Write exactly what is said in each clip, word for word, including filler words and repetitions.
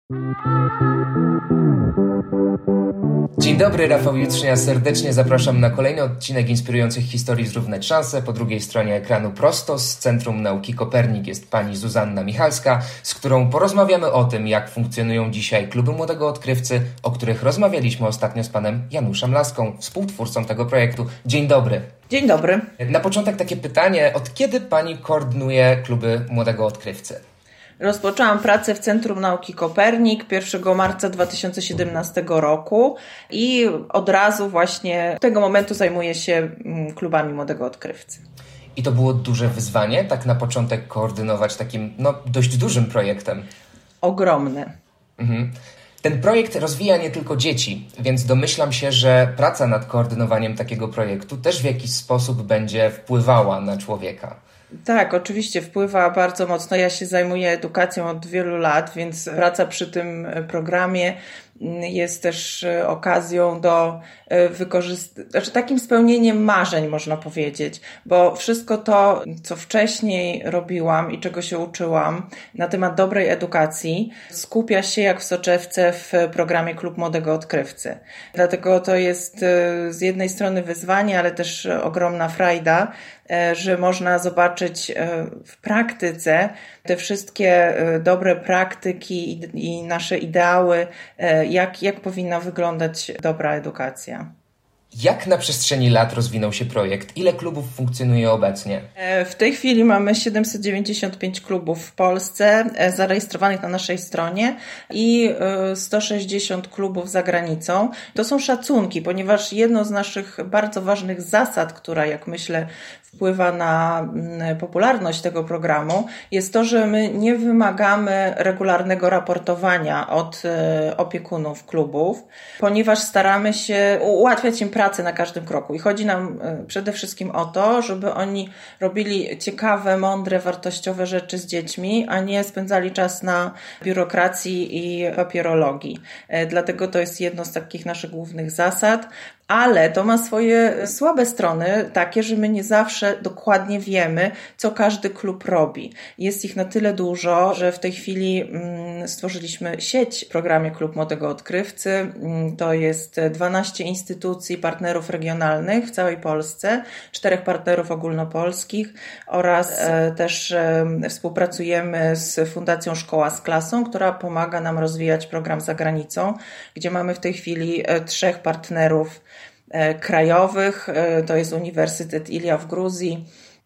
Dzień dobry, Rafał Jutrzynia. Serdecznie zapraszam na kolejny odcinek inspirujących historii Zrównać Szanse. Po drugiej stronie ekranu prosto z Centrum Nauki Kopernik jest pani Zuzanna Michalska, z którą porozmawiamy o tym, jak funkcjonują dzisiaj kluby młodego odkrywcy, o których rozmawialiśmy ostatnio z panem Januszem Laską, współtwórcą tego projektu. Dzień dobry. Dzień dobry. Na początek takie pytanie, od kiedy pani koordynuje kluby młodego odkrywcy? Rozpoczęłam pracę w Centrum Nauki Kopernik pierwszego marca dwa tysiące siedemnastego roku i od razu właśnie od tego momentu zajmuję się klubami młodego odkrywcy. I to było duże wyzwanie, tak na początek koordynować takim no, dość dużym projektem? Ogromne. Mhm. Ten projekt rozwija nie tylko dzieci, więc domyślam się, że praca nad koordynowaniem takiego projektu też w jakiś sposób będzie wpływała na człowieka. Tak, oczywiście wpływa bardzo mocno. Ja się zajmuję edukacją od wielu lat, więc praca przy tym programie jest też okazją do wykorzystania, znaczy takim spełnieniem marzeń, można powiedzieć, bo wszystko to, co wcześniej robiłam i czego się uczyłam na temat dobrej edukacji, skupia się jak w soczewce w programie Klub Młodego Odkrywcy. Dlatego to jest z jednej strony wyzwanie, ale też ogromna frajda, że można zobaczyć w praktyce te wszystkie dobre praktyki i nasze ideały, jak, jak powinna wyglądać dobra edukacja. Jak na przestrzeni lat rozwinął się projekt? Ile klubów funkcjonuje obecnie? W tej chwili mamy siedemset dziewięćdziesiąt pięć klubów w Polsce zarejestrowanych na naszej stronie i sto sześćdziesiąt klubów za granicą. To są szacunki, ponieważ jedną z naszych bardzo ważnych zasad, która jak myślę wpływa na popularność tego programu, jest to, że my nie wymagamy regularnego raportowania od opiekunów klubów, ponieważ staramy się ułatwiać im pracę na każdym kroku. I chodzi nam przede wszystkim o to, żeby oni robili ciekawe, mądre, wartościowe rzeczy z dziećmi, a nie spędzali czas na biurokracji i papierologii. Dlatego to jest jedno z takich naszych głównych zasad. Ale to ma swoje słabe strony, takie, że my nie zawsze dokładnie wiemy, co każdy klub robi. Jest ich na tyle dużo, że w tej chwili stworzyliśmy sieć w programie Klub Młodego Odkrywcy. To jest dwanaście instytucji, partnerów regionalnych w całej Polsce, czterech partnerów ogólnopolskich oraz też współpracujemy z Fundacją Szkoła z Klasą, która pomaga nam rozwijać program za granicą, gdzie mamy w tej chwili trzech partnerów krajowych, to jest Uniwersytet Ilia w Gruzji,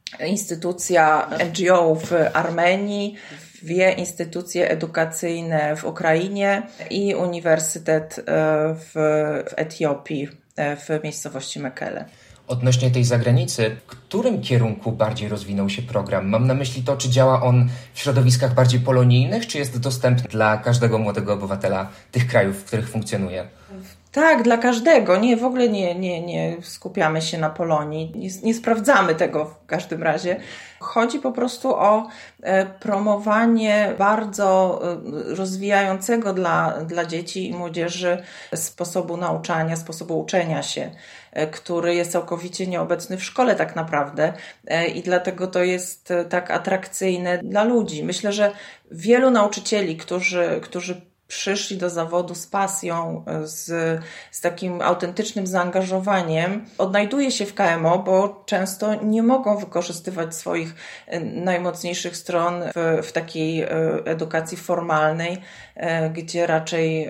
instytucja N G O w Armenii, dwie instytucje edukacyjne w Ukrainie i Uniwersytet w, w Etiopii, w miejscowości Mekele. Odnośnie tej zagranicy, w którym kierunku bardziej rozwinął się program? Mam na myśli to, czy działa on w środowiskach bardziej polonijnych, czy jest dostępny dla każdego młodego obywatela tych krajów, w których funkcjonuje? Tak, dla każdego. Nie, w ogóle nie, nie, nie skupiamy się na Polonii. Nie, nie sprawdzamy tego w każdym razie. Chodzi po prostu o promowanie bardzo rozwijającego dla, dla dzieci i młodzieży sposobu nauczania, sposobu uczenia się, który jest całkowicie nieobecny w szkole tak naprawdę i dlatego to jest tak atrakcyjne dla ludzi. Myślę, że wielu nauczycieli, którzy, którzy przyszli do zawodu z pasją, z, z takim autentycznym zaangażowaniem, odnajduje się w K M O, bo często nie mogą wykorzystywać swoich najmocniejszych stron w, w takiej edukacji formalnej, gdzie raczej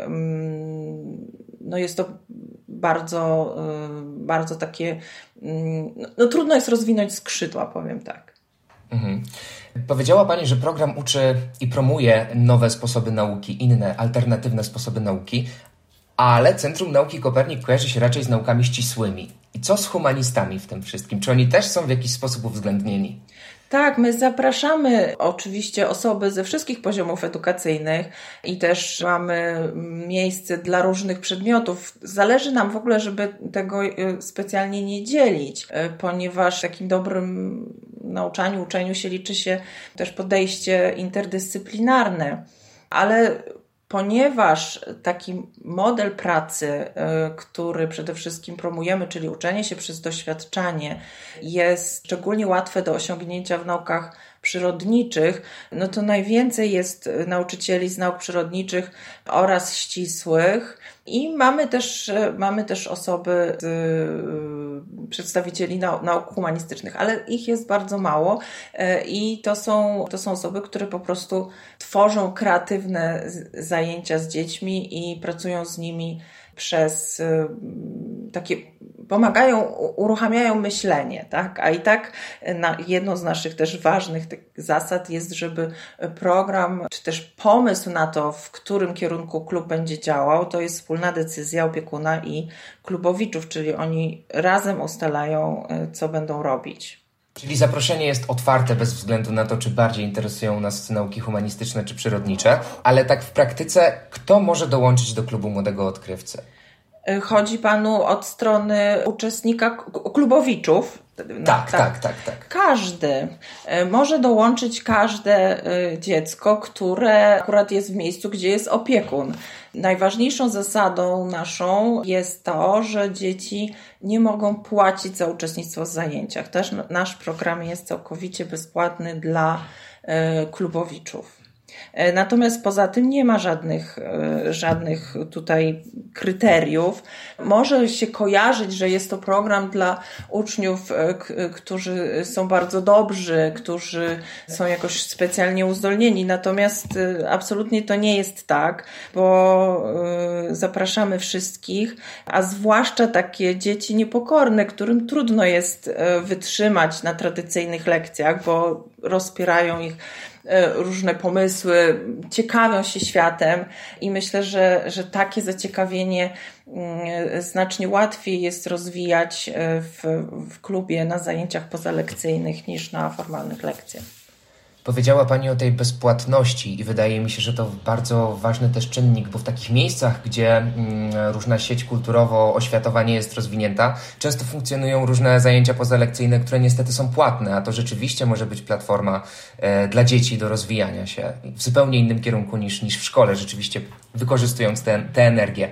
no jest to bardzo, bardzo takie, no trudno jest rozwinąć skrzydła, powiem tak. Mhm. Powiedziała Pani, że program uczy i promuje nowe sposoby nauki, inne, alternatywne sposoby nauki, ale Centrum Nauki Kopernik kojarzy się raczej z naukami ścisłymi. I co z humanistami w tym wszystkim? Czy oni też są w jakiś sposób uwzględnieni? Tak, my zapraszamy oczywiście osoby ze wszystkich poziomów edukacyjnych i też mamy miejsce dla różnych przedmiotów. Zależy nam w ogóle, żeby tego specjalnie nie dzielić, ponieważ w takim dobrym nauczaniu, uczeniu się liczy się też podejście interdyscyplinarne, ale Ponieważ taki model pracy, który przede wszystkim promujemy, czyli uczenie się przez doświadczanie, jest szczególnie łatwe do osiągnięcia w naukach przyrodniczych, no to najwięcej jest nauczycieli z nauk przyrodniczych oraz ścisłych i mamy też, mamy też osoby, z, przedstawicieli nauk humanistycznych, ale ich jest bardzo mało i to są, to są osoby, które po prostu tworzą kreatywne zajęcia z dziećmi i pracują z nimi przez takie, pomagają, uruchamiają myślenie, tak? A i tak na, jedną z naszych też ważnych zasad jest, żeby program, czy też pomysł na to, w którym kierunku klub będzie działał, to jest wspólna decyzja opiekuna i klubowiczów, czyli oni razem ustalają, co będą robić. Czyli zaproszenie jest otwarte bez względu na to, czy bardziej interesują nas nauki humanistyczne czy przyrodnicze, ale tak w praktyce, kto może dołączyć do klubu młodego odkrywcy? Chodzi panu od strony uczestnika klubowiczów? Tak, tak, tak, tak, tak. Każdy. Może dołączyć każde dziecko, które akurat jest w miejscu, gdzie jest opiekun. Najważniejszą zasadą naszą jest to, że dzieci nie mogą płacić za uczestnictwo w zajęciach. Też nasz program jest całkowicie bezpłatny dla klubowiczów. Natomiast poza tym nie ma żadnych, żadnych tutaj kryteriów. Może się kojarzyć, że jest to program dla uczniów, którzy są bardzo dobrzy, którzy są jakoś specjalnie uzdolnieni. Natomiast absolutnie to nie jest tak, bo zapraszamy wszystkich, a zwłaszcza takie dzieci niepokorne, którym trudno jest wytrzymać na tradycyjnych lekcjach, bo rozpierają ich różne pomysły, ciekawią się światem i myślę, że, że takie zaciekawienie znacznie łatwiej jest rozwijać w, w klubie na zajęciach pozalekcyjnych niż na formalnych lekcjach. Powiedziała Pani o tej bezpłatności i wydaje mi się, że to bardzo ważny też czynnik, bo w takich miejscach, gdzie mm, różna sieć kulturowo-oświatowa nie jest rozwinięta, często funkcjonują różne zajęcia pozalekcyjne, które niestety są płatne, a to rzeczywiście może być platforma e, dla dzieci do rozwijania się w zupełnie innym kierunku niż, niż w szkole, rzeczywiście wykorzystując tę energię.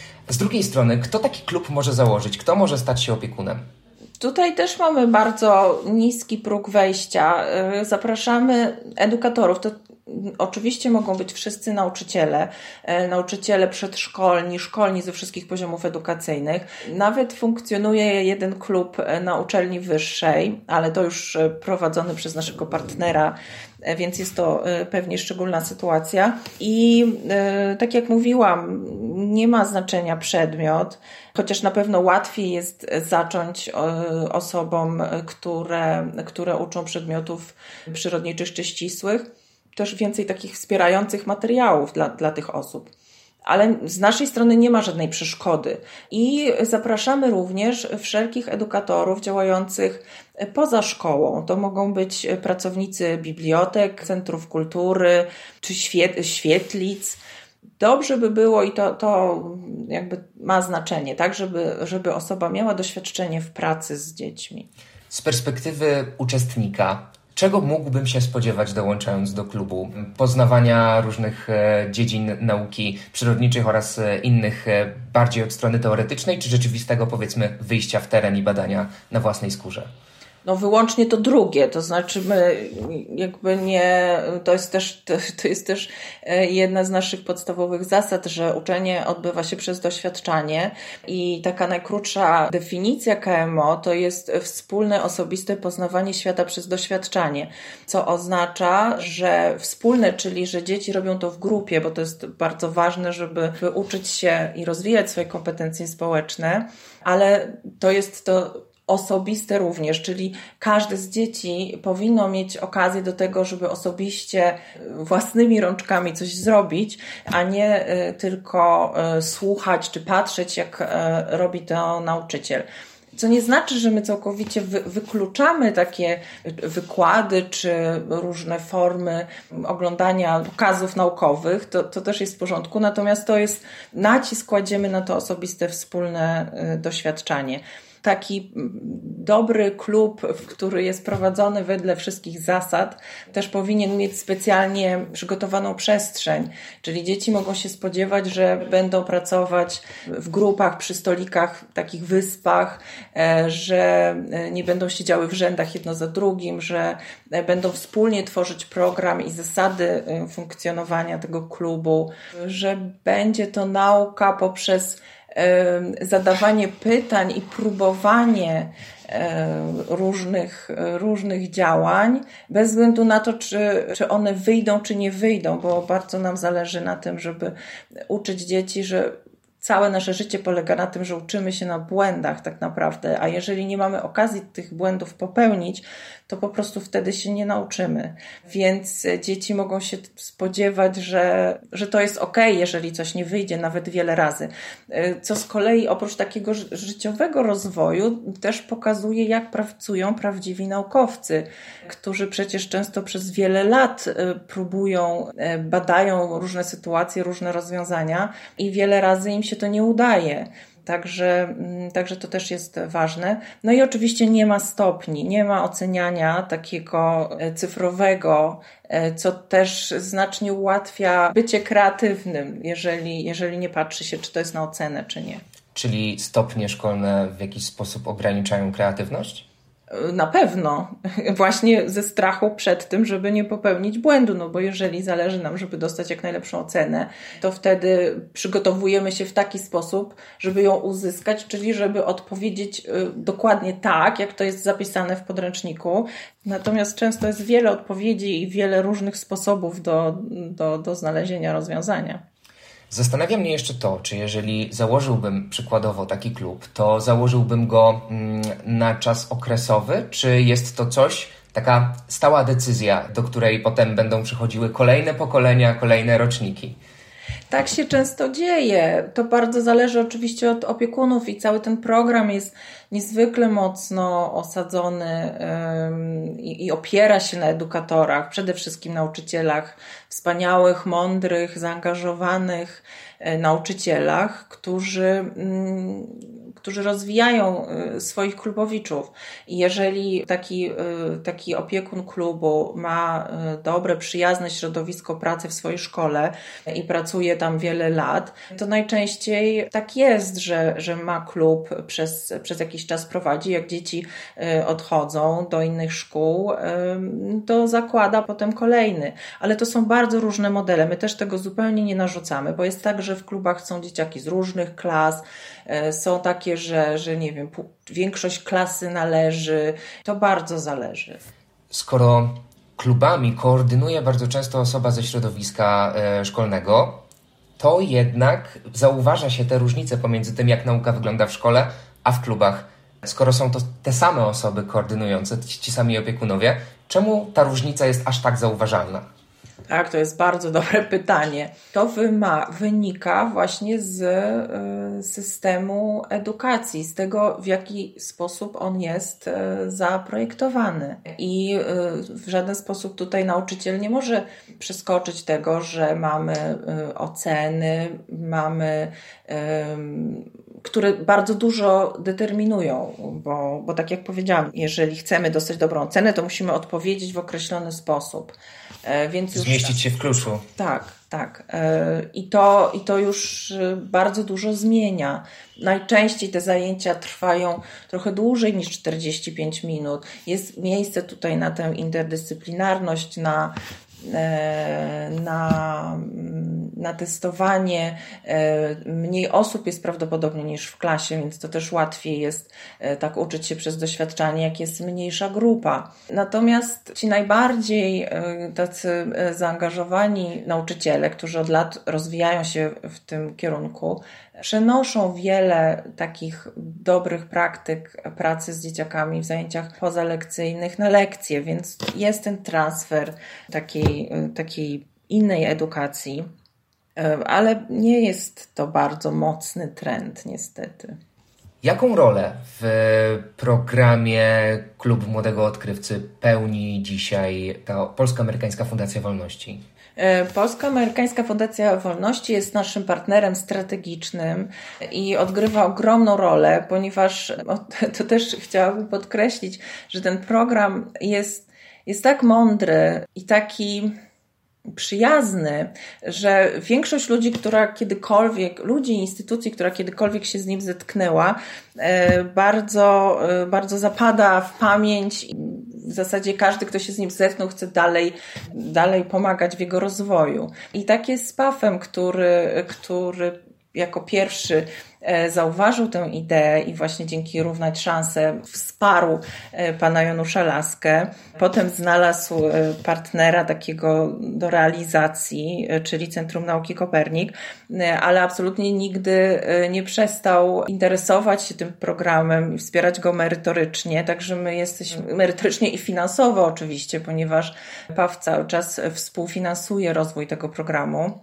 Z drugiej strony, kto taki klub może założyć? Kto może stać się opiekunem? Tutaj też mamy bardzo niski próg wejścia. Zapraszamy edukatorów. To oczywiście mogą być wszyscy nauczyciele, nauczyciele przedszkolni, szkolni ze wszystkich poziomów edukacyjnych. Nawet funkcjonuje jeden klub na uczelni wyższej, ale to już prowadzony przez naszego partnera, więc jest to pewnie szczególna sytuacja. I tak jak mówiłam, nie ma znaczenia przedmiot, chociaż na pewno łatwiej jest zacząć osobom, które, które uczą przedmiotów przyrodniczych czy ścisłych, też więcej takich wspierających materiałów dla, dla tych osób. Ale z naszej strony nie ma żadnej przeszkody. I zapraszamy również wszelkich edukatorów działających poza szkołą. To mogą być pracownicy bibliotek, centrów kultury czy świetlic. Dobrze by było i to, to jakby ma znaczenie, tak, żeby, żeby osoba miała doświadczenie w pracy z dziećmi. Z perspektywy uczestnika, czego mógłbym się spodziewać dołączając do klubu? Poznawania różnych dziedzin nauki przyrodniczych oraz innych bardziej od strony teoretycznej, czy rzeczywistego, powiedzmy, wyjścia w teren i badania na własnej skórze? No wyłącznie to drugie, to znaczy my jakby nie, to jest też, to jest też jedna z naszych podstawowych zasad, że uczenie odbywa się przez doświadczanie i taka najkrótsza definicja K M O to jest wspólne, osobiste poznawanie świata przez doświadczanie, co oznacza, że wspólne, czyli że dzieci robią to w grupie, bo to jest bardzo ważne, żeby uczyć się i rozwijać swoje kompetencje społeczne, ale to jest to osobiste również, czyli każde z dzieci powinno mieć okazję do tego, żeby osobiście własnymi rączkami coś zrobić, a nie tylko słuchać czy patrzeć, jak robi to nauczyciel. Co nie znaczy, że my całkowicie wy, wykluczamy takie wykłady czy różne formy oglądania pokazów naukowych, to, to też jest w porządku, natomiast to jest, nacisk kładziemy na to osobiste, wspólne doświadczanie. taki dobry klub, który jest prowadzony wedle wszystkich zasad, też powinien mieć specjalnie przygotowaną przestrzeń. Czyli dzieci mogą się spodziewać, że będą pracować w grupach, przy stolikach, takich wyspach, że nie będą siedziały w rzędach jedno za drugim, że będą wspólnie tworzyć program i zasady funkcjonowania tego klubu, że będzie to nauka poprzez zadawanie pytań i próbowanie różnych, różnych działań, bez względu na to, czy, czy one wyjdą, czy nie wyjdą, bo bardzo nam zależy na tym, żeby uczyć dzieci, że całe nasze życie polega na tym, że uczymy się na błędach tak naprawdę, a jeżeli nie mamy okazji tych błędów popełnić, to po prostu wtedy się nie nauczymy. Więc dzieci mogą się spodziewać, że, że to jest okej, jeżeli coś nie wyjdzie, nawet wiele razy. Co z kolei oprócz takiego życiowego rozwoju też pokazuje, jak pracują prawdziwi naukowcy, którzy przecież często przez wiele lat próbują, badają różne sytuacje, różne rozwiązania i wiele razy im się to nie udaje. Także, także to też jest ważne. No i oczywiście nie ma stopni, nie ma oceniania takiego cyfrowego, co też znacznie ułatwia bycie kreatywnym, jeżeli, jeżeli nie patrzy się, czy to jest na ocenę, czy nie. Czyli stopnie szkolne w jakiś sposób ograniczają kreatywność? Na pewno. Właśnie ze strachu przed tym, żeby nie popełnić błędu, no bo jeżeli zależy nam, żeby dostać jak najlepszą ocenę, to wtedy przygotowujemy się w taki sposób, żeby ją uzyskać, czyli żeby odpowiedzieć dokładnie tak, jak to jest zapisane w podręczniku. Natomiast często jest wiele odpowiedzi i wiele różnych sposobów do, do, do znalezienia rozwiązania. Zastanawia mnie jeszcze to, czy jeżeli założyłbym przykładowo taki klub, to założyłbym go na czas okresowy, czy jest to coś, taka stała decyzja, do której potem będą przychodziły kolejne pokolenia, kolejne roczniki? Tak się często dzieje. To bardzo zależy oczywiście od opiekunów i cały ten program jest niezwykle mocno osadzony ym, i, i opiera się na edukatorach, przede wszystkim nauczycielach, wspaniałych, mądrych, zaangażowanych y, nauczycielach, którzy, y, którzy rozwijają y, swoich klubowiczów. I jeżeli taki, y, taki opiekun klubu ma y, dobre, przyjazne środowisko pracy w swojej szkole i pracuje tam wiele lat, to najczęściej tak jest, że, że ma klub przez, przez jakiś czas prowadzi, jak dzieci odchodzą do innych szkół, to zakłada potem kolejny. Ale to są bardzo różne modele. My też tego zupełnie nie narzucamy, bo jest tak, że w klubach są dzieciaki z różnych klas, są takie, że, że nie wiem, większość klasy należy. To bardzo zależy. Skoro klubami koordynuje bardzo często osoba ze środowiska szkolnego, to jednak zauważa się te różnice pomiędzy tym, jak nauka wygląda w szkole, a w klubach. Skoro są to te same osoby koordynujące, ci sami opiekunowie, czemu ta różnica jest aż tak zauważalna? Tak, to jest bardzo dobre pytanie. To wyma- wynika właśnie z y, systemu edukacji, z tego, w jaki sposób on jest y, zaprojektowany. I y, w żaden sposób tutaj nauczyciel nie może przeskoczyć tego, że mamy y, oceny, mamy y, które bardzo dużo determinują, bo, bo tak jak powiedziałam, jeżeli chcemy dostać dobrą ocenę, to musimy odpowiedzieć w określony sposób. Więc już zmieścić się w kluszu. Tak, tak. I to, i to już bardzo dużo zmienia. Najczęściej te zajęcia trwają trochę dłużej niż czterdzieści pięć minut. Jest miejsce tutaj na tę interdyscyplinarność, na na, na testowanie. Mniej osób jest prawdopodobnie niż w klasie, więc to też łatwiej jest tak uczyć się przez doświadczanie, jak jest mniejsza grupa. Natomiast ci najbardziej tacy zaangażowani nauczyciele, którzy od lat rozwijają się w tym kierunku, przenoszą wiele takich dobrych praktyk pracy z dzieciakami w zajęciach pozalekcyjnych na lekcje, więc jest ten transfer takiej, takiej innej edukacji, ale nie jest to bardzo mocny trend niestety. Jaką rolę w programie Klub Młodego Odkrywcy pełni dzisiaj ta Polsko-Amerykańska Fundacja Wolności? Polsko-Amerykańska Fundacja Wolności jest naszym partnerem strategicznym i odgrywa ogromną rolę, ponieważ to też chciałabym podkreślić, że ten program jest, jest tak mądry i taki przyjazny, że większość ludzi, która kiedykolwiek, ludzi i instytucji, która kiedykolwiek się z nim zetknęła, bardzo, bardzo zapada w pamięć. W zasadzie każdy, kto się z nim zetknął, chce dalej, dalej pomagać w jego rozwoju. I tak jest z P A F-em, który, który jako pierwszy zauważył tę ideę i właśnie dzięki Równać Szanse wsparł pana Janusza Laskę. Potem znalazł partnera takiego do realizacji, czyli Centrum Nauki Kopernik, ale absolutnie nigdy nie przestał interesować się tym programem i wspierać go merytorycznie. Także my jesteśmy merytorycznie i finansowo oczywiście, ponieważ P A F cały czas współfinansuje rozwój tego programu.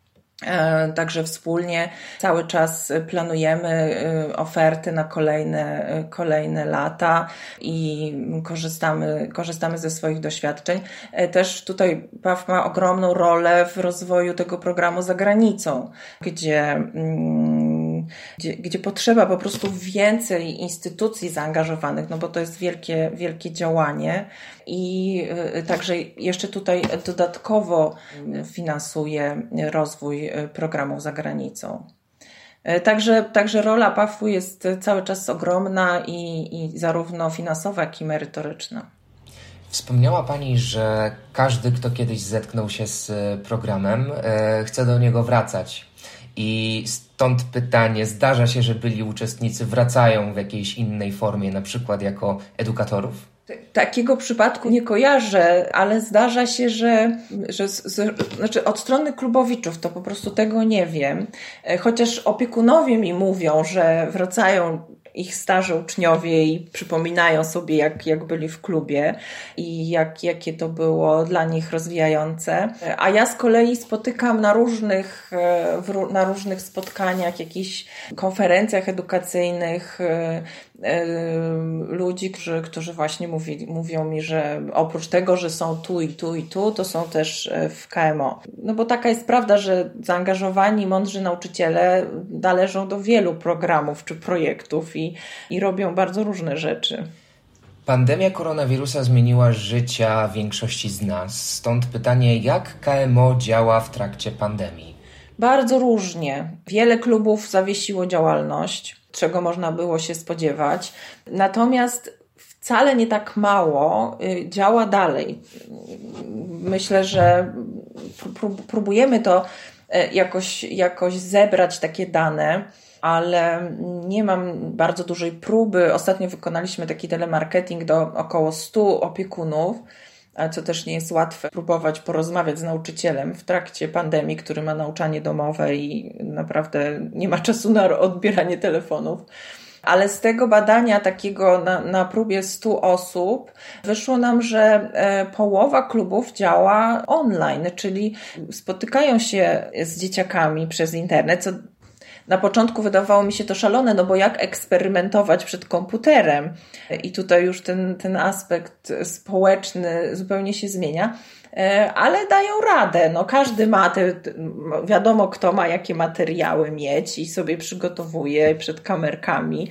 Także wspólnie cały czas planujemy oferty na kolejne, kolejne lata i korzystamy, korzystamy ze swoich doświadczeń. Też tutaj P A F ma ogromną rolę w rozwoju tego programu za granicą, gdzie Gdzie, gdzie potrzeba po prostu więcej instytucji zaangażowanych, no bo to jest wielkie, wielkie działanie i także jeszcze tutaj dodatkowo finansuje rozwój programów za granicą. Także, także rola P A F-u jest cały czas ogromna i, i zarówno finansowa, jak i merytoryczna. Wspomniała Pani, że każdy, kto kiedyś zetknął się z programem, chce do niego wracać. I stąd pytanie, zdarza się, że byli uczestnicy wracają w jakiejś innej formie, na przykład jako edukatorów? Takiego przypadku nie kojarzę, ale zdarza się, że, że z, z, znaczy od strony klubowiczów to po prostu tego nie wiem. Chociaż opiekunowie mi mówią, że wracają ich starzy uczniowie i przypominają sobie, jak, jak byli w klubie i jak, jakie to było dla nich rozwijające. A ja z kolei spotykam na różnych, na różnych spotkaniach, jakichś konferencjach edukacyjnych ludzi, którzy, którzy właśnie mówi, mówią mi, że oprócz tego, że są tu i tu i tu, to są też w K M O. No bo taka jest prawda, że zaangażowani, mądrzy nauczyciele należą do wielu programów czy projektów i, i robią bardzo różne rzeczy. Pandemia koronawirusa zmieniła życia większości z nas. Stąd pytanie, jak K M O działa w trakcie pandemii? Bardzo różnie. Wiele klubów zawiesiło działalność, czego można było się spodziewać. Natomiast wcale nie tak mało działa dalej. Myślę, że próbujemy to jakoś, jakoś zebrać, takie dane, ale nie mam bardzo dużej próby. Ostatnio wykonaliśmy taki telemarketing do około stu opiekunów, co też nie jest łatwe, próbować porozmawiać z nauczycielem w trakcie pandemii, który ma nauczanie domowe i naprawdę nie ma czasu na odbieranie telefonów. Ale z tego badania takiego na, na próbie stu osób wyszło nam, że połowa klubów działa online, czyli spotykają się z dzieciakami przez internet, co na początku wydawało mi się to szalone, no bo jak eksperymentować przed komputerem? I tutaj już ten, ten aspekt społeczny zupełnie się zmienia. Ale dają radę. No, każdy ma te, wiadomo kto ma jakie materiały mieć i sobie przygotowuje przed kamerkami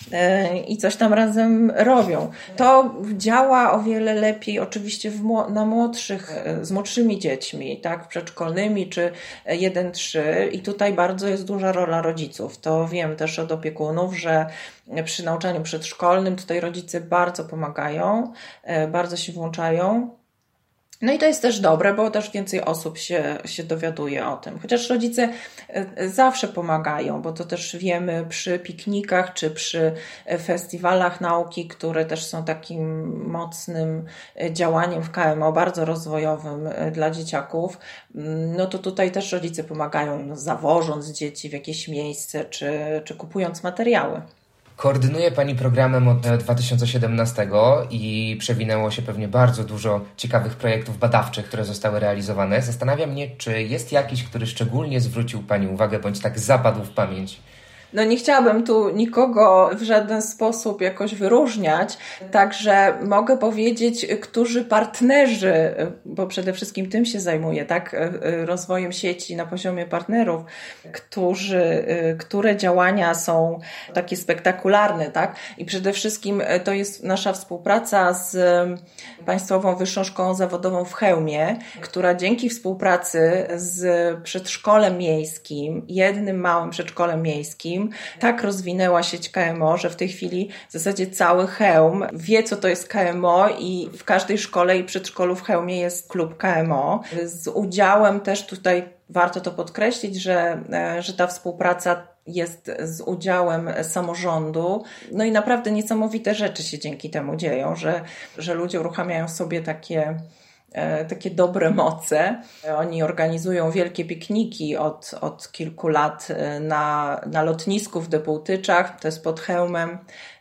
i coś tam razem robią. To działa o wiele lepiej oczywiście w, na młodszych, z młodszymi dziećmi, tak, przedszkolnymi czy jeden trzy i tutaj bardzo jest duża rola rodziców. To wiem też od opiekunów, że przy nauczaniu przedszkolnym tutaj rodzice bardzo pomagają, bardzo się włączają. No i to jest też dobre, bo też więcej osób się, się dowiaduje o tym. Chociaż rodzice zawsze pomagają, bo to też wiemy przy piknikach czy przy festiwalach nauki, które też są takim mocnym działaniem w K M O, bardzo rozwojowym dla dzieciaków, no to tutaj też rodzice pomagają, no, zawożąc dzieci w jakieś miejsce czy, czy kupując materiały. Koordynuje Pani programem od dwa tysiące siedemnastego i przewinęło się pewnie bardzo dużo ciekawych projektów badawczych, które zostały realizowane. Zastanawia mnie, czy jest jakiś, który szczególnie zwrócił Pani uwagę, bądź tak zapadł w pamięć? No nie chciałabym tu nikogo w żaden sposób jakoś wyróżniać, także mogę powiedzieć, którzy partnerzy, bo przede wszystkim tym się zajmuję, tak, rozwojem sieci na poziomie partnerów, którzy, które działania są takie spektakularne, tak, i przede wszystkim to jest nasza współpraca z Państwową Wyższą Szkołą Zawodową w Chełmie, która dzięki współpracy z przedszkolem miejskim, jednym małym przedszkolem miejskim, tak rozwinęła sieć K M O, że w tej chwili w zasadzie cały Chełm wie, co to jest K M O i w każdej szkole i przedszkolu w Chełmie jest klub K M O. Z udziałem też tutaj warto to podkreślić, że, że ta współpraca jest z udziałem samorządu. No i naprawdę niesamowite rzeczy się dzięki temu dzieją, że, że ludzie uruchamiają sobie takie takie dobre moce. Oni organizują wielkie pikniki od, od kilku lat na, na lotnisku w Depołtyczach, to jest pod Chełmem,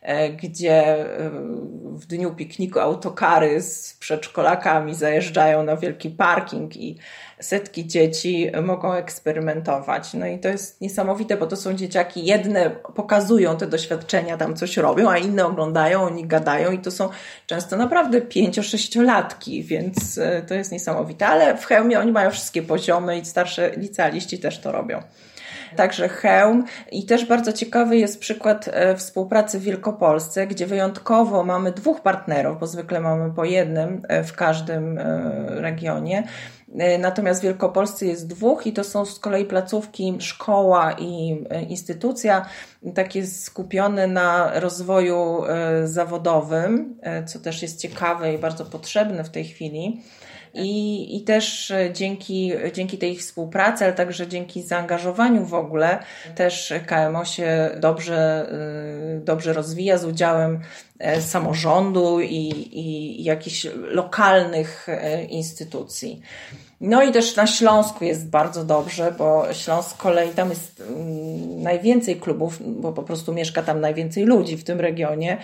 gdzie w dniu pikniku autokary z przedszkolakami zajeżdżają na wielki parking i setki dzieci mogą eksperymentować. No i to jest niesamowite, bo to są dzieciaki, jedne pokazują te doświadczenia, tam coś robią, a inne oglądają, oni gadają i to są często naprawdę pięcio-sześciolatki, więc to jest niesamowite. Ale w Chełmie oni mają wszystkie poziomy i starsze licealiści też to robią. Także Chełm i też bardzo ciekawy jest przykład współpracy w Wielkopolsce, gdzie wyjątkowo mamy dwóch partnerów, bo zwykle mamy po jednym w każdym regionie. Natomiast w Wielkopolsce jest dwóch i to są z kolei placówki szkoła i instytucja, takie skupione na rozwoju zawodowym, co też jest ciekawe i bardzo potrzebne w tej chwili. I, i też dzięki, dzięki tej ich współpracy, ale także dzięki zaangażowaniu w ogóle też K M O się dobrze, dobrze rozwija z udziałem samorządu i, i jakichś lokalnych instytucji. No i też na Śląsku jest bardzo dobrze, bo Śląsk z kolei tam jest najwięcej klubów, bo po prostu mieszka tam najwięcej ludzi w tym regionie,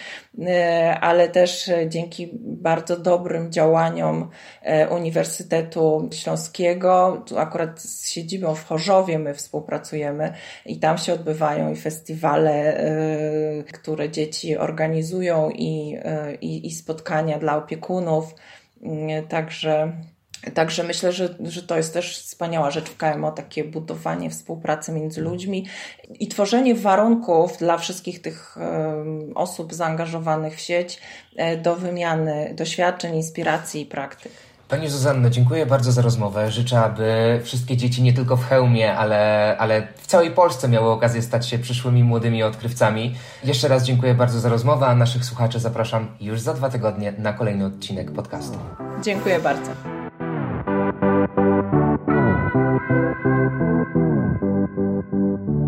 ale też dzięki bardzo dobrym działaniom Uniwersytetu Śląskiego, tu akurat z siedzibą w Chorzowie my współpracujemy i tam się odbywają i festiwale, które dzieci organizują i, i, i spotkania dla opiekunów, także Także myślę, że, że to jest też wspaniała rzecz w K M O, takie budowanie współpracy między ludźmi i tworzenie warunków dla wszystkich tych um, osób zaangażowanych w sieć do wymiany doświadczeń, inspiracji i praktyk. Pani Zuzanno, dziękuję bardzo za rozmowę. Życzę, aby wszystkie dzieci nie tylko w Chełmie, ale, ale w całej Polsce miały okazję stać się przyszłymi młodymi odkrywcami. Jeszcze raz dziękuję bardzo za rozmowę, a naszych słuchaczy zapraszam już za dwa tygodnie na kolejny odcinek podcastu. Dziękuję bardzo. Thank you.